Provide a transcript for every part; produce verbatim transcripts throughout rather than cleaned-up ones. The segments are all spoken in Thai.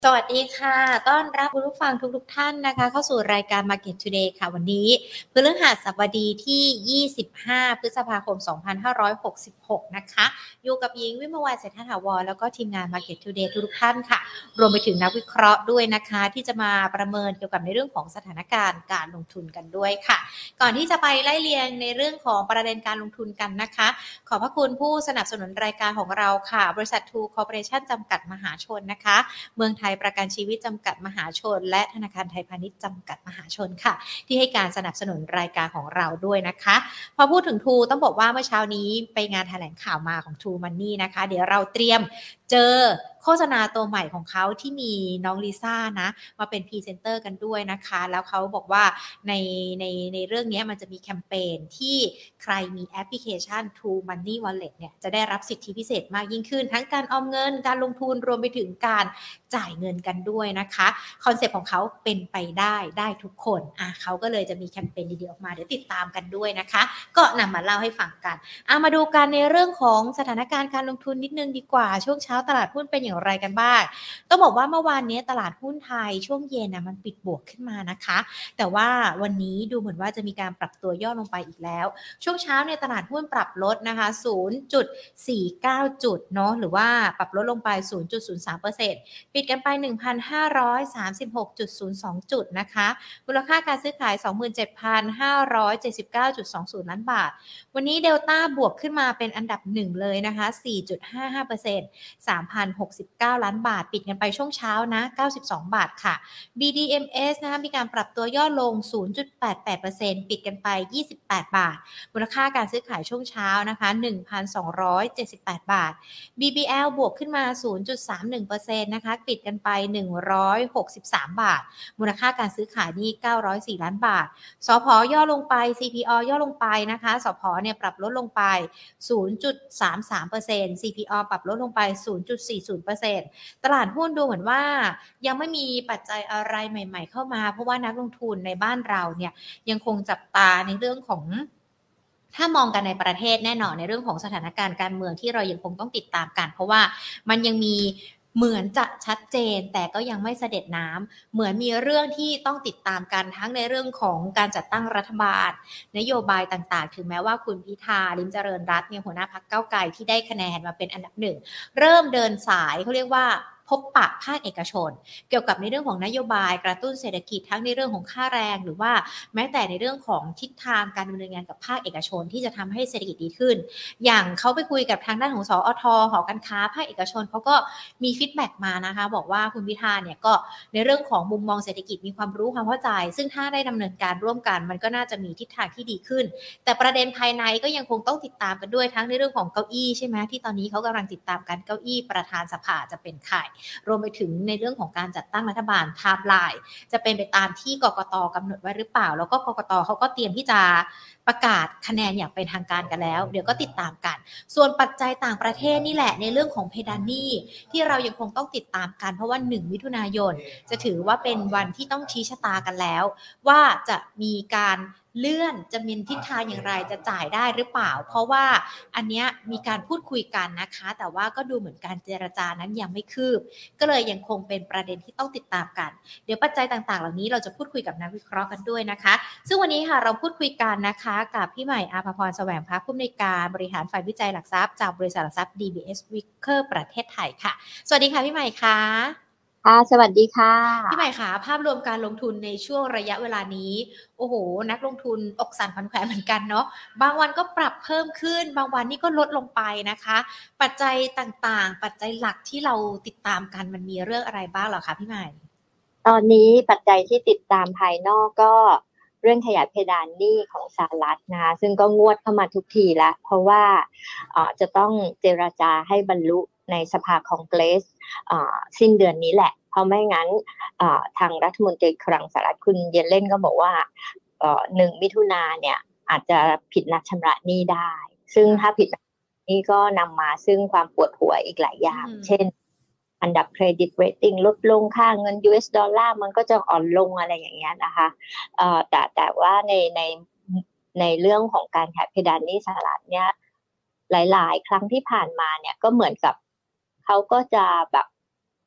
สวัสดีค่ะต้อนรับคุณผู้ฟังทุกๆท่านนะคะเข้าสู่รายการ Market Today ค่ะวันนี้พฤหัสบดีที่ยี่สิบห้าพฤษภาคมสองพันห้าร้อยหกสิบหกนะคะอยู่กับหญิงวิมลวรรณเศรษฐถาวรแล้วก็ทีมงาน Market Today ทุกๆท่านค่ะรวมไปถึงนักวิเคราะห์ด้วยนะคะที่จะมาประเมินเกี่ยวกับในเรื่องของสถานการณ์การลงทุนกันด้วยค่ะก่อนที่จะไปไล่เรียงในเรื่องของประเด็นการลงทุนกันนะคะขอบพระคุณผู้สนับสนุนรายการของเราค่ะบริษัท ทู Corporation จำกัดมหาชนนะคะเมืองไทยประกันชีวิตจำกัดมหาชนและธนาคารไทยพาณิชย์จำกัดมหาชนค่ะที่ให้การสนับสนุนรายการของเราด้วยนะคะพอพูดถึง ทู ต้องบอกว่าเมื่อเช้านี้ไปงานแถลงข่าวมาของ ทู Money นะคะเดี๋ยวเราเตรียมเจอโฆษณาตัวใหม่ของเขาที่มีน้องลิซ่านะมาเป็นพรีเซนเตอร์กันด้วยนะคะแล้วเขาบอกว่าในในในเรื่องนี้มันจะมีแคมเปญที่ใครมีแอปพลิเคชัน ทู Money Wallet เนี่ยจะได้รับสิทธิพิเศษมากยิ่งขึ้นทั้งการออมเงินการลงทุนรวมไปถึงการจ่ายเงินกันด้วยนะคะคอนเซ็ปต์ของเขาเป็นไปได้ได้ทุกคนอ่ะเขาก็เลยจะมีแคมเปญดีๆออกมาเดี๋ยวติดตามกันด้วยนะคะก็นำมาเล่าให้ฟังกันเอามาดูกันในเรื่องของสถานการณ์การลงทุนนิดนึงดีกว่าช่วงเช้าตลาดหุ้นเป็นอย่างไรกันบ้างต้องบอกว่าเมื่อวานนี้ตลาดหุ้นไทยช่วงเย็นนะมันปิดบวกขึ้นมานะคะแต่ว่าวันนี้ดูเหมือนว่าจะมีการปรับตัวย่อลงไปอีกแล้วช่วงเช้าเนี่ยตลาดหุ้นปรับลดนะคะ ศูนย์จุดสี่เก้า จุดเนาะหรือว่าปรับลดลงไป ศูนย์จุดศูนย์สามเปอร์เซ็นต์ ปิดกันไป หนึ่งพันห้าร้อยสามสิบหกจุดศูนย์สอง จุดนะคะมูลค่าการซื้อขาย สองหมื่นเจ็ดพันห้าร้อยเจ็ดสิบเก้าจุดสองศูนย์ ล้านบาทวันนี้เดลต้าบวกขึ้นมาเป็นอันดับหนึ่งเลยนะคะ สี่จุดห้าห้าเปอร์เซ็นต์ สามพันหกสิบเก้า ล้านบาทปิดกันไปช่วงเช้านะเก้าสิบสองบาทค่ะ บี ดี เอ็ม เอส นะคะมีการปรับตัวย่อลง ศูนย์จุดแปดแปดเปอร์เซ็นต์ ปิดกันไปยี่สิบแปดบาทมูลค่าการซื้อขายช่วงเช้านะคะ หนึ่งพันสองร้อยเจ็ดสิบแปดบาท บี บี แอล บวกขึ้นมา ศูนย์จุดสามหนึ่งเปอร์เซ็นต์ นะคะปิดกันไปหนึ่งร้อยหกสิบสามบาทมูลค่าการซื้อขายนี่เก้าร้อยสี่ล้านบาทสผย่อลงไป ซี พี อ ย่อลงไปนะคะสผเนี่ยปรับลดลงไป ศูนย์จุดสามสามเปอร์เซ็นต์ ซี พี อ ปรับลดลงไป ศูนย์จุดสี่ศูนย์เปอร์เซ็นต์ ตลาดหุ้นดูเหมือนว่ายังไม่มีปัจจัยอะไรใหม่ๆเข้ามาเพราะว่านักลงทุนในบ้านเราเนี่ยยังคงจับตาในเรื่องของถ้ามองกันในประเทศแน่นอนในเรื่องของสถานการณ์การเมืองที่เรายังคงต้องติดตามกันเพราะว่ามันยังมีเหมือนจะชัดเจนแต่ก็ยังไม่เสด็จน้ำเหมือนมีเรื่องที่ต้องติดตามกันทั้งในเรื่องของการจัดตั้งรัฐบาลนโยบายต่างๆถึงแม้ว่าคุณพิธาลิ้มเจริญรัตน์เนี่ยหัวหน้าพรรคก้าวไกลที่ได้คะแนนมาเป็นอันดับหนึ่งเริ่มเดินสายเขาเรียกว่าพบปะภาคเอกชนเกี่ยวกับในเรื่องของนโยบายกระตุ้นเศรษฐกิจทั้งในเรื่องของค่าแรงหรือว่าแม้แต่ในเรื่องของทิศทางการดำเนินงานกับภาคเอกชนที่จะทำให้เศรษฐกิจดีขึ้นอย่างเขาไปคุยกับทางด้านของสอทหอการค้าภาคเอกชนเขาก็มีฟีดแบ็กมานะคะบอกว่าคุณพิธาเนี่ยก็ในเรื่องของมุมมองเศรษฐกิจมีความรู้ความเข้าใจซึ่งถ้าได้ดำเนินการร่วมกันมันก็น่าจะมีทิศทางที่ดีขึ้นแต่ประเด็นภายในก็ยังคงต้องติดตามกันด้วยทั้งในเรื่องของเก้าอี้ใช่ไหมที่ตอนนี้เขากำลังติดตามกันเก้าอี้ประธานสภาจะเป็นใครรวมไปถึงในเรื่องของการจัดตั้งรัฐบาลไทม์ไลน์จะเป็นไปตามที่กกต.กำหนดไว้หรือเปล่าแล้วก็กกต.เขาก็เตรียมที่จะประกาศคะแนนอย่างเป็นทางการกันแล้วเดี๋ยวก็ติดตามกันส่วนปัจจัยต่างประเทศนี่แหละในเรื่องของเพดานหนี้ที่เรายังคงต้องติดตามกันเพราะว่าหนึ่งมิถุนายนจะถือว่าเป็นวันที่ต้องชี้ชะตากันแล้วว่าจะมีการเลื่อนจะมีทิศทางอย่างไรจะจ่ายได้หรือเปล่าเพราะว่าอันเนี้ยมีการพูดคุยกันนะคะแต่ว่าก็ดูเหมือนการเจรจานั้นยังไม่คืบก็เลยยังคงเป็นประเด็นที่ต้องติดตามกันเดี๋ยวปัจจัยต่างๆเหล่านี้เราจะพูดคุยกับนักวิเคราะห์กันด้วยนะคะซึ่งวันนี้ค่ะเราพูดคุยกันนะคะกับพี่ใหม่อาภพรแสวงพักผู้อำนวยการบริหารฝ่ายวิจัยหลักทรัพย์จากบริษัทหลักทรัพย์ ดี บี เอส Wicker ประเทศไทยค่ะสวัสดีค่ะพี่ใหม่ค่ะค่ะสวัสดีค่ะพี่ใหม่ค่ะภาพรวมการลงทุนในช่วงระยะเวลานี้โอ้โหนักลงทุนอกสั่นขวัญแขวนเหมือนกันเนาะบางวันก็ปรับเพิ่มขึ้นบางวันนี่ก็ลดลงไปนะคะปัจจัยต่างๆปัจจัยหลักที่เราติดตามกันมันมีเรื่องอะไรบ้างเหรอคะพี่ใหม่ตอนนี้ปัจจัยที่ติดตามภายนอกก็เรื่องขยายเพดานหนี้ของสหรัฐนะคะซึ่งก็งวดเข้ามาทุกทีแล้วเพราะว่าจะต้องเจรจาให้บรรลุในสภาคองเกรสสิ้นเดือนนี้แหละเพราะไม่งั้นทางรัฐมนตรีคลังสหรัฐคุณเยเลนก็บอกว่าหนึ่งมิถุนาเนี่ยอาจจะผิดนัดชำระหนี้ได้ซึ่งถ้าผิดนี่ก็นำมาซึ่งความปวดหัวอีกหลายอย่างเช่นอันดับเครดิตเรตติ้งลดลงค่าเงิน ยู เอส ดอลลาร์มันก็จะอ่อนลงอะไรอย่างเงี้ยนะคะเอ่อแต่แต่ว่าในในในเรื่องของการขายเพดานหนี้สหรัฐเนี่ยหลายๆครั้งที่ผ่านมาเนี่ยก็เหมือนกับเขาก็จะแบบ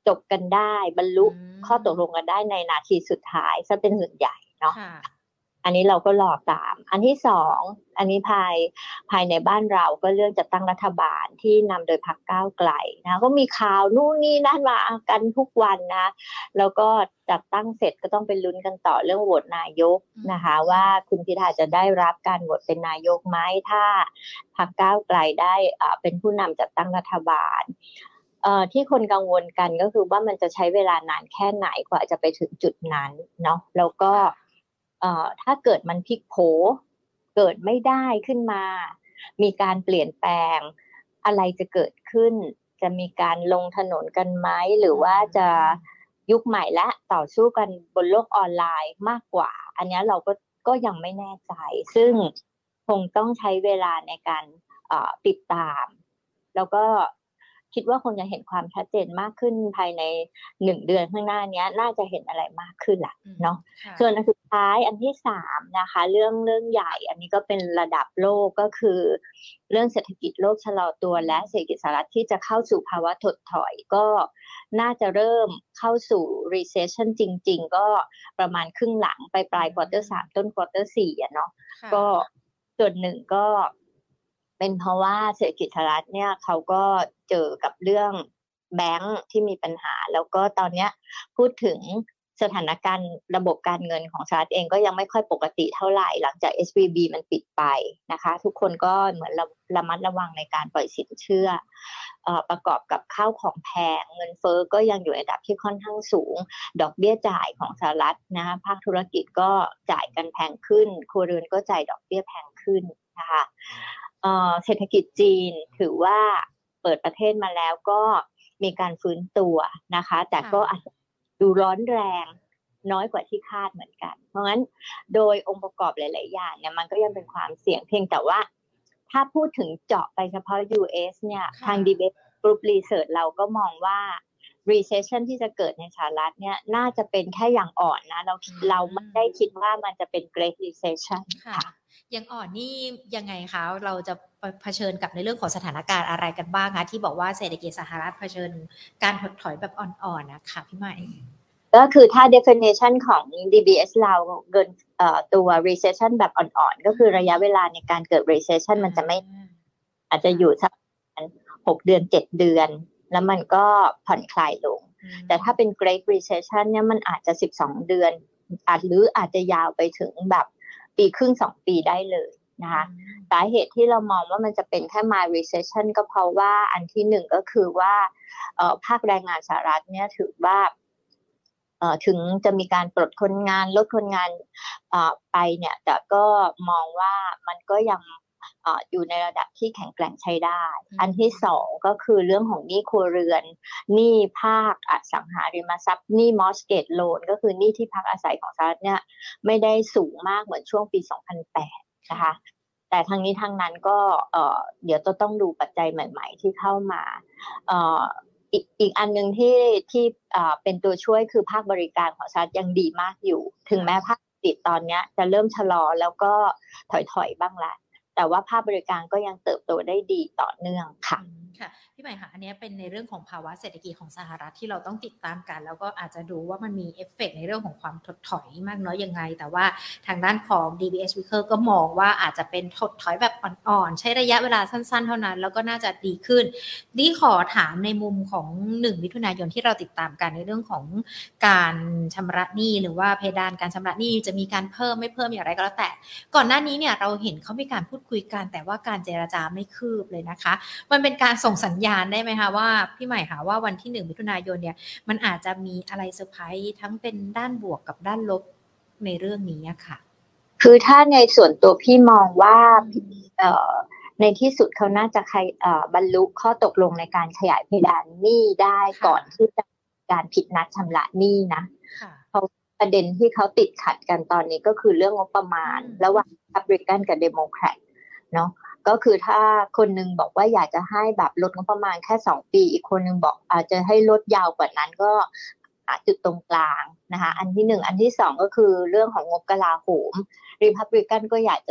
จบกันได้บรรลุข้อตกลงกันได้ในนาทีสุดท้ายซะเป็นส่วนใหญ่เนาะอันนี้เราก็รอตามอันที่สองอันนี้ภายภายในบ้านเราก็เรื่องจัดตั้งรัฐบาลที่นำโดยพรรคก้าวไกลนะก็มีข่าวนู่นนี่นั่นมากันทุกวันนะแล้วก็จัดตั้งเสร็จก็ต้องไปลุ้นกันต่อเรื่องโหวตนายกนะคะว่าคุณพิธาจะได้รับการโหวตเป็นนายกไหมถ้าพรรคก้าวไกลได้อ่าเป็นผู้นำจัดตั้งรัฐบาลเอ่อที่คนกังวลกันก็คือว่ามันจะใช้เวลานานแค่ไหนกว่าจะไปถึงจุดนั้นเนาะแล้วก็เอ่อถ้าเกิดมันพลิกโผเกิดไม่ได้ขึ้นมามีการเปลี่ยนแปลงอะไรจะเกิดขึ้นจะมีการลงถนนกันไหมหรือว่าจะยุคใหม่และต่อสู้กันบนโลกออนไลน์มากกว่าอันนี้เราก็ก็ยังไม่แน่ใจซึ่งคงต้องใช้เวลาในการเอ่อติดตามแล้วก็คิดว่าคงจะเห็นความชัดเจนมากขึ้นภายในหนึ่งเดือนข้างหน้านี้น่าจะเห็นอะไรมากขึ้นแหละเนาะส่วนอันสุดท้ายอันที่สามนะคะเรื่องเรื่องใหญ่อันนี้ก็เป็นระดับโลกก็คือเรื่องเศรษฐกิจโลกชะลอตัวและเศรษฐกิจสหรัฐที่จะเข้าสู่ภาวะถดถอยก็น่าจะเริ่มเข้าสู่ recession จริงๆก็ประมาณครึ่งหลังไปปลายควอเตอร์สามต้นควอเตอร์สี่อ่ะเนาะก็ส่วนหนึ่งก็เป็นเพราะว่าเศรษฐกิจสหรัฐเนี่ยเขาก็เจอกับเรื่องแบงค์ที่มีปัญหาแล้วก็ตอนนี้พูดถึงสถานการณ์ระบบการเงินของสหรัฐเองก็ยังไม่ค่อยปกติเท่าไหร่หลังจาก เอส วี บี มันปิดไปนะคะทุกคนก็เหมือนระระมัดระวังในการปล่อยสินเชื่อเอ่อประกอบกับข้าวของแพงเงินเฟ้อก็ยังอยู่ในระดับที่ค่อนข้างสูงดอกเบี้ยจ่ายของสหรัฐนะคะภาคธุรกิจก็จ่ายกันแพงขึ้นครัวเรือนก็จ่ายดอกเบี้ยแพงขึ้นนะคะเอ่อเศรษฐกิจจีนถือว่าเปิดประเทศมาแล้วก็มีการฟื้นตัวนะคะแต่ก็อาจจะดูร้อนแรงน้อยกว่าที่คาดเหมือนกันเพราะงั้นโดยองค์ประกอบหลายๆอย่างเนี่ยมันก็ยังเป็นความเสี่ยงเพียงแต่ว่าถ้าพูดถึงเจาะไปเฉพาะ ยู เอส เนี่ยทาง ดี บี เอส Group Research เราก็มองว่า recession ที่จะเกิดในสหรัฐเนี่ยน่าจะเป็นแค่อย่างอ่อนนะเราเราไม่ได้คิดว่ามันจะเป็น Great Recession ค่ะอย่างอ่อนนี่ยังไงคะเราจะเผชิญกับในเรื่องของสถานการณ์อะไรกันบ้างคะที่บอกว่าเศรษฐกิจสหรัฐเผชิญการถดถอยแบบอ่อนๆนะคะพี่ใหม่ก็คือถ้า definition ของ ดี บี เอส เราเกินเอ่อตัว recession แบบอ่อนๆก็คือระยะเวลาในการเกิด recession มันจะไม่อาจจะอยู่สักหกเดือนเจ็ดเดือนแล้วมันก็ผ่อนคลายลงแต่ถ้าเป็น Great Recession เนี่ยมันอาจจะสิบสองเดือนอาจหรืออาจจะยาวไปถึงแบบปีครึ่งสองปีได้เลยนะคะสาเหตุที่เรามองว่ามันจะเป็นแค่ mild recession ก็เพราะว่าอันที่หนึ่งก็คือว่าเอ่อภาคแรงงานสหรัฐเนี่ยถือว่าเอ่อถึงจะมีการปลดคนงานลดคนงานเอ่อไปเนี่ยแต่ก็มองว่ามันก็ยังเอ่ออยู่ในระดับที่แข็งแกร่งใช้ได้อันที่สองก็คือเรื่องของหนี้ครัวเรือนหนี้ภาคอสังหาริมทรัพย์หนี้ mortgage loan ก็คือหนี้ที่พักอาศัยของสหรัฐเนี่ยไม่ได้สูงมากเหมือนช่วงปีสองพันแปดนะคะแต่ทั้งนี้ทั้งนั้นก็เอ่อเดี๋ยวต้องดูปัจจัยใหม่ๆที่เข้ามาเอ่ออีกอีกอันนึงที่ที่เอ่อเป็นตัวช่วยคือภาคบริการของสหรัฐยังดีมากอยู่ถึงแม้ภาคติดตอนนี้จะเริ่มชะลอแล้วก็ถอยๆบ้างละแต่ว่าภาคบริการก็ยังเติบโตได้ดีต่อเนื่องค่ะค่ะพี่ใหม่ค่ะอันนี้เป็นในเรื่องของภาวะเศรษฐกิจของสหรัฐที่เราต้องติดตามกันแล้วก็อาจจะดูว่ามันมีเอฟเฟกต์ในเรื่องของความถดถอยมากน้อยยังไงแต่ว่าทางด้านของ ดี บี เอส Vickers ก็มองว่าอาจจะเป็นถดถอยแบบอ่อนๆใช้ระยะเวลาสั้นๆเท่านั้นแล้วก็น่าจะดีขึ้นนี่ขอถามในมุมของหนึ่งมิถุนายนที่เราติดตามกันในเรื่องของการชำระหนี้หรือว่าเพดานการชำระหนี้จะมีการเพิ่มไม่เพิ่มอย่างไรก็แล้วแต่ก่อนหน้านี้เนี่ยเราเห็นเขามีการพูดคุยกันแต่ว่าการเจรจาไม่คืบเลยนะคะมันเป็นการส่งสัญญาณได้ไหมคะว่าพี่ใหม่คะว่าวันที่หนึ่งมิถุนายนเนี่ยมันอาจจะมีอะไรเซอร์ไพรส์ทั้งเป็นด้านบวกกับด้านลบในเรื่องนี้ค่ะคือถ้าในส่วนตัวพี่มองว่าเอ่อในที่สุดเขาน่าจะใครเอ่อบรรลุข้อตกลงในการขยายเพดานหนี้ได้ก่อนที่จะการผิดนัดชำระหนี้นะเพราะประเด็นที่เขาติดขัดกันตอนนี้ก็คือเรื่องงบประมาณระหว่างรีพับลิกันกับเดโมแครตเนาะก็คือถ้าคนนึงบอกว่าอยากจะให้แบบลดงบประมาณแค่สองปีอีกคนนึงบอกอาจจะให้ลดยาวกว่านั้นก็จุดตรงกลางนะคะอันที่หนึ่งอันที่สองก็คือเรื่องของงบกลาโหมรีพับลิกันก็อยากจะ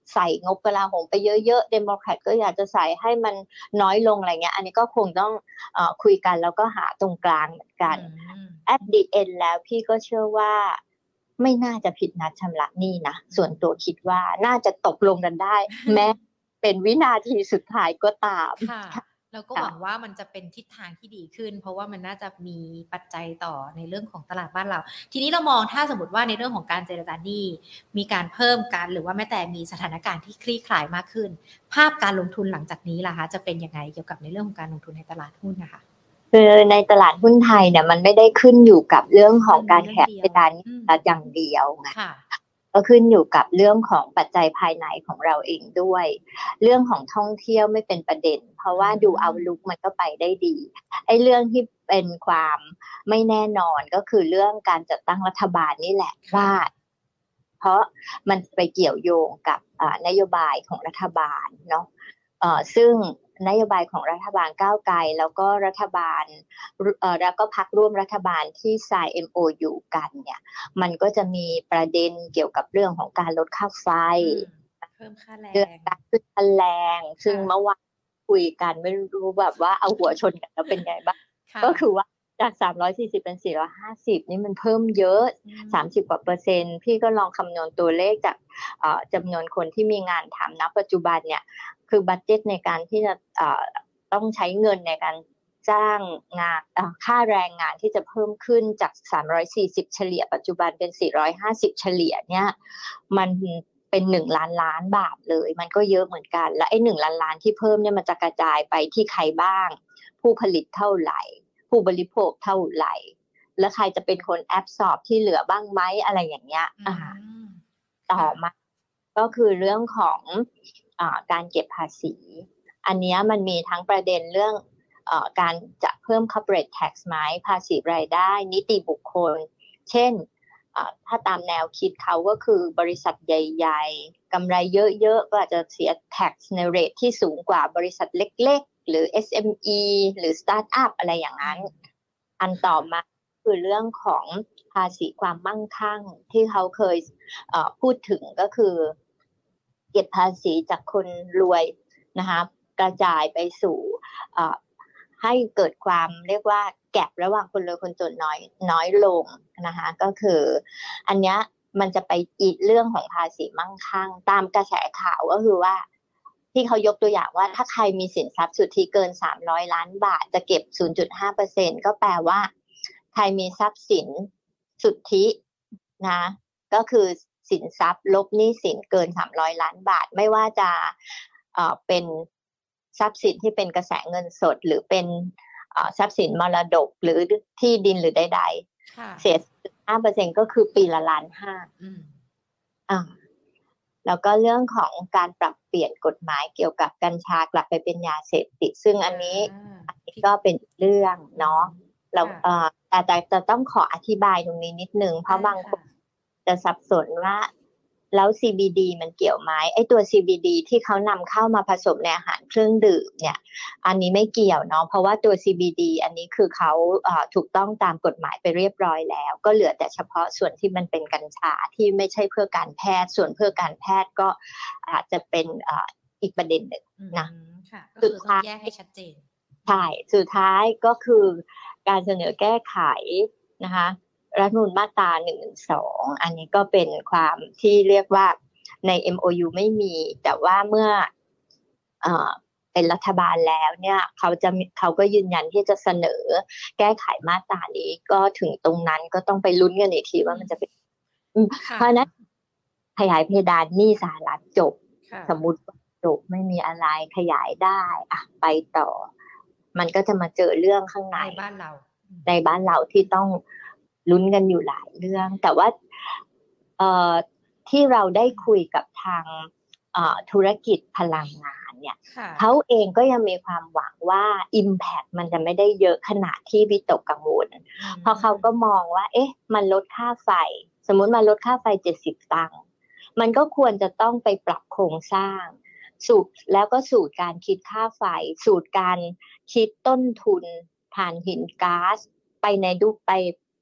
ใส่งบกลาโหมไปเยอะๆเดโมแครตก็อยากจะใส่ให้มันน้อยลงอะไรเงี้ยอันนี้ก็คงต้องเอ่อคุยกันแล้วก็หาตรงกลางเหมือนกัน at the end แล้วพี่ก็เชื่อว่าไม่น่าจะผิดนัดชำระหนี้นะส่วนตัวคิดว่าน่าจะตกลงกันได้ แม้เป็นวินาทีสุดท้ายก็ตามค่ะเราก็หวังว่ามันจะเป็นทิศทางที่ดีขึ้นเพราะว่ามันน่าจะมีปัจจัยต่อในเรื่องของตลาดบ้านเราทีนี้เรามองถ้าสมมติว่าในเรื่องของการเจรจาหนี้มีการเพิ่มกันหรือว่าแม้แต่มีสถานการณ์ที่คลี่คลายมากขึ้นภาพการลงทุนหลังจากนี้ล่ะคะจะเป็นยังไงเกี่ยวกับในเรื่องของการลงทุนในตลาดหุ้นนะคะคือในตลาดหุ้นไทยเนี่ยมันไม่ได้ขึ้นอยู่กับเรื่องของการแข่งขันอย่างเดียวไงก็ขึ้นอยู่กับเรื่องของปัจจัยภายในของเราเองด้วยเรื่องของท่องเที่ยวไม่เป็นประเด็นเพราะว่าดูเอาลุกมันก็ไปได้ดีไอ้เรื่องที่เป็นความไม่แน่นอนก็คือเรื่องการจัดตั้งรัฐบาลนี่แหละว่าเพราะมันไปเกี่ยวโยงกับนโยบายของรัฐบาลเนาะซึ่งนโยบายของรัฐบาลก้าวไกลแล้วก็รัฐบาลเอ่อแล้วก็พรรคร่วมรัฐบาลที่ sign เอ็ม โอ ยู กันเนี่ยมันก็จะมีประเด็นเกี่ยวกับเรื่องของการลดค่าไฟเพิ่มค่าแรงเรื่องการขึ้นค่าแรงซึ่งเมื่อวานคุยกันไม่รู้แบบว่าเอาหัวชนกันแล้วเป็นไงบ้างก็คือว่าจากสามร้อยสี่สิบเป็นสี่ร้อยห้าสิบนี่มันเพิ่มเยอะสามสิบกว่าเปอร์เซ็นต์พี่ก็ลองคำนวณตัวเลขจากจำนวนคนที่มีงานทำณปัจจุบันเนี่ยคือบัดเจ็ตในการที่จะต้องใช้เงินในการจ้างงานค่าแรงงานที่จะเพิ่มขึ้นจากสามร้อยสี่สิบเฉลี่ยปัจจุบันเป็นสี่ร้อยห้าสิบเฉลี่ยเนี่ยมันเป็นหนึ่งล้านล้านบาทเลยมันก็เยอะเหมือนกันและไอ้หนึ่งล้านล้านที่เพิ่มเนี่ยมันจะกระจายไปที่ใครบ้างผู้ผลิตเท่าไหร่ผู้บริโภคเท่าไหร่แล้วใครจะเป็นคนแอบสอบที่เหลือบ้างไหมอะไรอย่างเงี้ยต่อมาก็คือเรื่องของอ่าการเก็บภาษีอันนี้มันมีทั้งประเด็นเรื่องเอ่อการจะเพิ่ม corporate tax ไหมภาษีรายได้นิติบุคคลเช่นถ้าตามแนวคิดเขาก็คือบริษัทใหญ่ๆกำไรเยอะๆก็อาจจะเสีย tax ในเรทที่สูงกว่าบริษัทเล็กๆหรือ เอส เอ็ม อี หรือ startup อะไรอย่างนั้นอันต่อมาคือเรื่องของภาษีความมั่งคั่งที่เขาเคยเอ่อพูดถึงก็คือเก็บภาษีจากคนรวยนะคะกระจายไปสู่เอ่อให้เกิดความเรียกว่าแกประหว่างคนรวยคนจนน้อยน้อยลงนะคะก็คืออันเนี้ยมันจะไปอีกเรื่องของภาษีมั่งคั่งตามกระแสข่าวก็คือว่าที่เขายกตัวอย่างว่าถ้าใครมีสินทรัพย์สุทธิเกินสามร้อยล้านบาทจะเก็บ ศูนย์จุดห้าเปอร์เซ็นต์ ก็แปลว่าใครมีทรัพย์สินสุทธินะก็คือสินทรัพย์ลบหนี้สินเกินสามร้อยล้านบาทไม่ว่าจะเอ่อเป็นทรัพย์สินที่เป็นกระแสเงินสดหรือเป็นทรัพย์สินมรดกหรือที่ดินหรือใดๆเสีย ห้าเปอร์เซ็นต์ ก็คือปีละล้านห้าอ่าแล้วก็เรื่องของการปรับเปลี่ยนกฎหมายเกี่ยวกับกัญชากลับไปเป็นยาเสพติดซึ่งอันนี้อันนี้ก็เป็นเรื่องเนาะเราเอ่อแต่แต่จะต้องขออธิบายตรงนี้นิดนึงเพราะบางคนจะสับสนว่าแล้ว ซี บี ดี มันเกี่ยวไหมไอ้ตัว ซี บี ดี ที่เขานำเข้ามาผสมในอาหารเครื่องดื่มเนี่ยอันนี้ไม่เกี่ยวเนาะเพราะว่าตัว ซี บี ดี อันนี้คือเขาเอ่อถูกต้องตามกฎหมายไปเรียบร้อยแล้วก็เหลือแต่เฉพาะส่วนที่มันเป็นกัญชาที่ไม่ใช่เพื่อการแพทย์ส่วนเพื่อการแพทย์ก็อาจจะเป็นเอ่ออีกประเด็นหนึ่งนะค่ะก็คือต้องแยกให้ชัดเจนใช่สุดท้ายก็คือการเสนอแก้ไขนะคะรัฐธรรมนูญมาตราหนึ่งหนึ่งสองอันนี้ก็เป็นความที่เรียกว่าใน เอ็ม โอ ยู ไม่มีแต่ว่าเมื่อเอ่อเป็นรัฐบาลแล้วเนี่ยเขาจะเขาก็ยืนยันที่จะเสนอแก้ไขมาตรานี้ก็ถึงตรงนั้นก็ต้องไปลุ้นกันอีกทีว่ามันจะเป็นเพราะนั้นขยายเพดานหนี้สหรัฐจบสมมุติจบไม่มีอะไรขยายได้อะไปต่อมันก็จะมาเจอเรื่องข้างในบ้านเราในบ้านเราที่ต้องลุ้นกันอยู่หลายเรื่องแต่ว่าเอ่อที่เราได้คุยกับทางธุรกิจพลังงานเนี่ยเขาเองก็ยังมีความหวังว่า impact มันจะไม่ได้เยอะขนาดที่วิตกกังวลเพราะเขาก็มองว่าเอ๊ะมันลดค่าไฟสมมุติมันลดค่าไฟเจ็ดสิบตังค์มันก็ควรจะต้องไปปรับโครงสร้างสูตรแล้วก็สูตรการคิดค่าไฟสูตรการคิดต้นทุนถ่านหินก๊าซไปในดูไปไป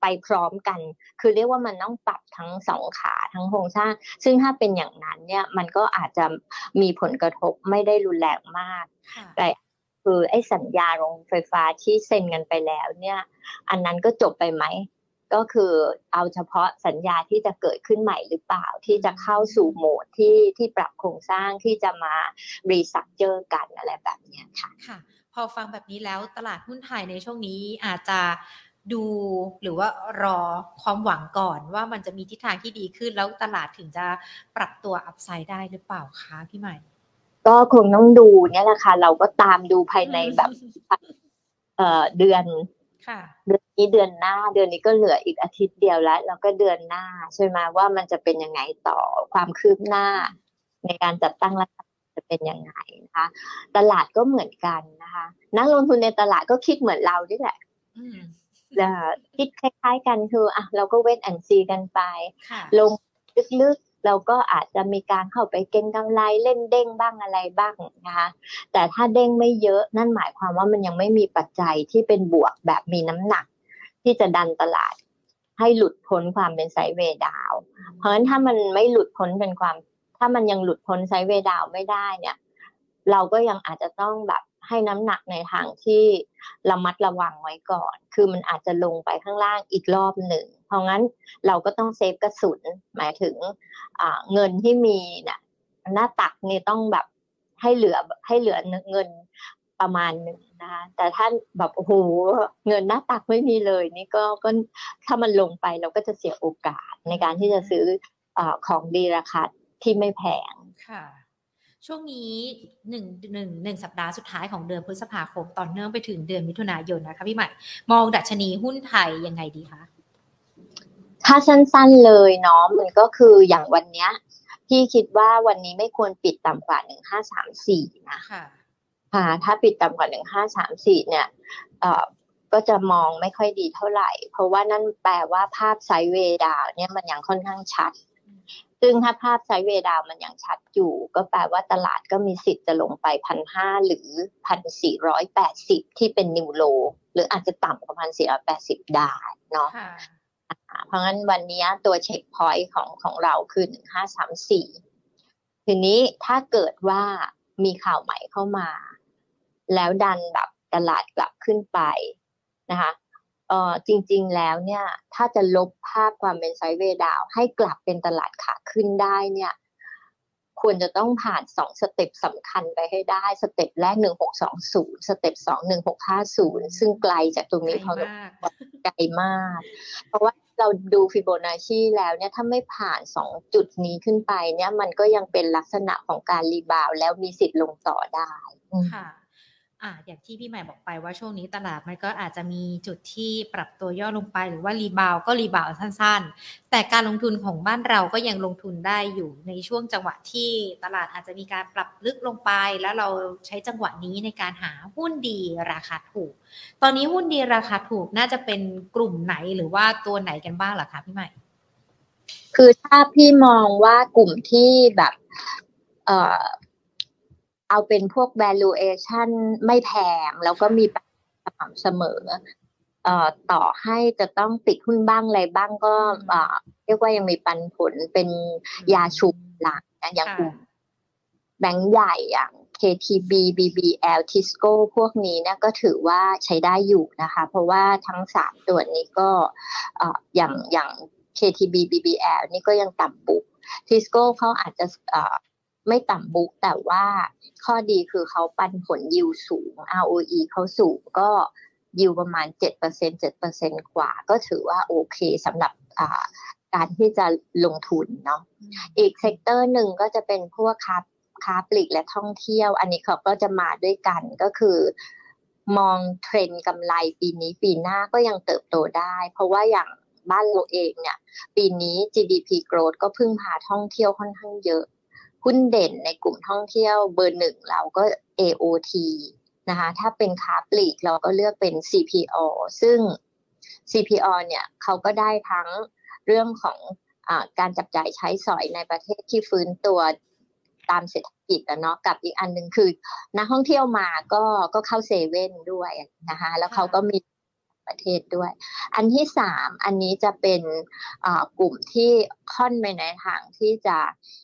ไปพร้อมกันคือเรียกว่ามันต้องปรับทั้งสองขาทั้งโครงสร้างซึ่งถ้าเป็นอย่างนั้นเนี่ยมันก็อาจจะมีผลกระทบไม่ได้รุนแรงมากแต่คือไอ้สัญญาโรงไฟฟ้าที่เซ็นกันไปแล้วเนี่ยอันนั้นก็จบไปไหมก็คือเอาเฉพาะสัญญาที่จะเกิดขึ้นใหม่หรือเปล่าที่จะเข้าสู่โหมดที่ที่ปรับโครงสร้างที่จะมารีสตรัคเจอร์กันอะไรแบบนี้ค่ะค่ะพอฟังแบบนี้แล้วตลาดหุ้นไทยในช่วงนี้อาจจะดูหรือว่ารอความหวังก่อนว่ามันจะมีทิศทางที่ดีขึ้นแล้วตลาดถึงจะปรับตัวอัพไซด์ได้หรือเปล่าคะพี่ใหม่ก็คงต้องดูเนี่ยแหละค่ะเราก็ตามดูภายในแบบเอ่อเดือนเดือนนี้เดือนหน้าเดือนนี้ก็เหลืออีกอาทิตย์เดียวแล้วแล้วก็เดือนหน้าใช่ไหมว่ามันจะเป็นยังไงต่อความคืบหน้าในการจัดตั้งรัฐบาลจะเป็นยังไงนะคะตลาดก็เหมือนกันนะคะนักลงทุนในตลาดก็คิดเหมือนเราด้วยแหละคิดคล้ายๆกันคืออ่ะเราก็เวทแอนซีกันไปลงลึกๆเราก็อาจจะมีการเข้าไปเก็งกำไรเล่นเด้งบ้างอะไรบ้างนะคะแต่ถ้าเด้งไม่เยอะนั่นหมายความว่ามันยังไม่มีปัจจัยที่เป็นบวกแบบมีน้ำหนักที่จะดันตลาดให้หลุดพ้นความเป็นไซด์เวย์ดาวน์เพราะฉะนั้นถ้ามันไม่หลุดพ้นเป็นความถ้ามันยังหลุดพ้นไซด์เวย์ดาวน์ไม่ได้เนี่ยเราก็ยังอาจจะต้องแบบให้น้ำหนักในทางที่ระมัดระวังไว้ก่อนคือมันอาจจะลงไปข้างล่างอีกรอบหนึ่งเพราะงั้นเราก็ต้องเซฟกระสุนหมายถึงเงินที่มีเนี่ยหน้าตักนี่ต้องแบบให้เหลือให้เหลือเงินประมาณหนึ่งนะคะแต่ถ้าแบบโอ้โหเงินหน้าตักไม่มีเลยนี่ก็ก็ถ้ามันลงไปเราก็จะเสียโอกาสในการที่จะซื้อของดีราคาที่ไม่แพงค่ะช่วงนี้หนึ่งหนึ่งหนึ่งสัปดาห์สุดท้ายของเดือนพฤษภาคมต่อเนื่องไปถึงเดือนมิถุนายนนะคะพี่ใหม่มองดัชนีหุ้นไทยยังไงดีคะถ้าสั้นๆเลยเนาะมันก็คืออย่างวันเนี้ยพี่คิดว่าวันนี้ไม่ควรปิดต่ำกว่าหนึ่งห้าสามสี่นะค่ะค่ะถ้าปิดต่ำกว่าหนึ่งห้าสามสี่เนี่ยเอ่อก็จะมองไม่ค่อยดีเท่าไหร่เพราะว่านั่นแปลว่าภาพไซด์เวย์ดาวเนี่ยมันยังค่อนข้างชัดซึ่งถ้าภาพไซด์เวย์ดาวมันยังชัดอยู่ก็แปลว่าตลาดก็มีสิทธิ์จะลงไป หนึ่งพันห้าร้อย หรือ หนึ่งพันสี่ร้อยแปดสิบ ที่เป็นนิวโลหรืออาจจะต่ำกว่า หนึ่งพันสี่ร้อยแปดสิบ ได้เนาะเพราะงั้นวันนี้ตัวเช็คพอยต์ของของเราคือหนึ่งห้าสามสี่ทีนี้ถ้าเกิดว่ามีข่าวใหม่เข้ามาแล้วดันแบบตลาดกลับขึ้นไปนะคะเอ่อจริงๆแล้วเนี่ยถ้าจะลบภาพความเป็นไซด์เวย์ดาวน์ให้กลับเป็นตลาดขาขึ้นได้เนี่ยควรจะต้องผ่านสองสเต็ปสำคัญไปให้ได้สเต็ปแรกหนึ่งหกสองศูนย์สเต็ปสองหนึ่งหกห้าศูนย์ซึ่งไกลจากตรงนี้พอสมควรไกลมากเพราะว่าเราดูฟิโบนัชชีแล้วเนี่ยถ้าไม่ผ่านสองจุดนี้ขึ้นไปเนี่ยมันก็ยังเป็นลักษณะของการรีบาวด์แล้วมีสิทธิ์ลงต่อได้ค่ะอ่าอย่างที่พี่ใหม่บอกไปว่าช่วงนี้ตลาดมันก็อาจจะมีจุดที่ปรับตัวย่อลงไปหรือว่ารีบาวก็รีบาวสั้นๆแต่การลงทุนของบ้านเราก็ยังลงทุนได้อยู่ในช่วงจังหวะที่ตลาดอาจจะมีการปรับลึกลงไปแล้วเราใช้จังหวะนี้ในการหาหุ้นดีราคาถูกตอนนี้หุ้นดีราคาถูกน่าจะเป็นกลุ่มไหนหรือว่าตัวไหนกันบ้างล่ะคะพี่ใหม่คือถ้าพี่มองว่ากลุ่มที่แบบเอ่อเอาเป็นพวก valuation ไม่แพงแล้วก็มีสม่ำเสมอเอ่อต่อให้จะต้องติดหุ้นบ้างอะไรบ้างก็เอ่อเรียกว่ายังมีปันผลเป็นยาชุบหลักนะอย่างกลุ่มแบงก์ใหญ่อย่าง เค ที บี บี บี แอล Tisco พวกนี้เนี่ยก็ถือว่าใช้ได้อยู่นะคะเพราะว่าทั้งสามตัวนี้ก็เอ่ออย่างอย่าง เค ที บี บี บี แอล นี่ก็ยังต่ำบุ๊ก Tisco เขาอาจจะเอ่อไม่ต่ำบุ๊กแต่ว่าข้อดีคือเขาปันผลยิวสูง อาร์ โอ อี เขาสูงก็ยิวประมาณ เจ็ดเปอร์เซ็นต์ เจ็ดเปอร์เซ็นต์ กว่าก็ถือว่าโอเคสำหรับการที่จะลงทุนเนาะอีกเซกเตอร์หนึ่งก็จะเป็นพวกค้าค้าปลีกและท่องเที่ยวอันนี้เขาก็จะมาด้วยกันก็คือมองเทรนด์กำไรปีนี้ปีหน้าก็ยังเติบโตได้เพราะว่าอย่างบ้านเราเองเนี่ยปีนี้ จี ดี พี growth ก็พึ่งพาท่องเที่ยวค่อนข้างเยอะหุ้นเด่นในกลุ่มท่องเที่ยวเบอร์หนึ่งเราก็ เอ โอ ที นะคะถ้าเป็นค้าปลีกเราก็เลือกเป็น ซี พี โอ ซึ่ง ซี พี โอ เนี่ยเขาก็ได้ทั้งเรื่องของอ่าการจับจ่ายใช้สอยในประเทศที่ฟื้นตัวตามเศรษฐกิจอะเนาะกับอีกอันนึงคือนักท่องเที่ยวมาก็ก็เข้าเซเว่นด้วยนะคะแล้วเขาก็มีประเทศด้วยอันที่สามอันนี้จะเป็นกลุ่มที่ค่อนไปในทางที่จะ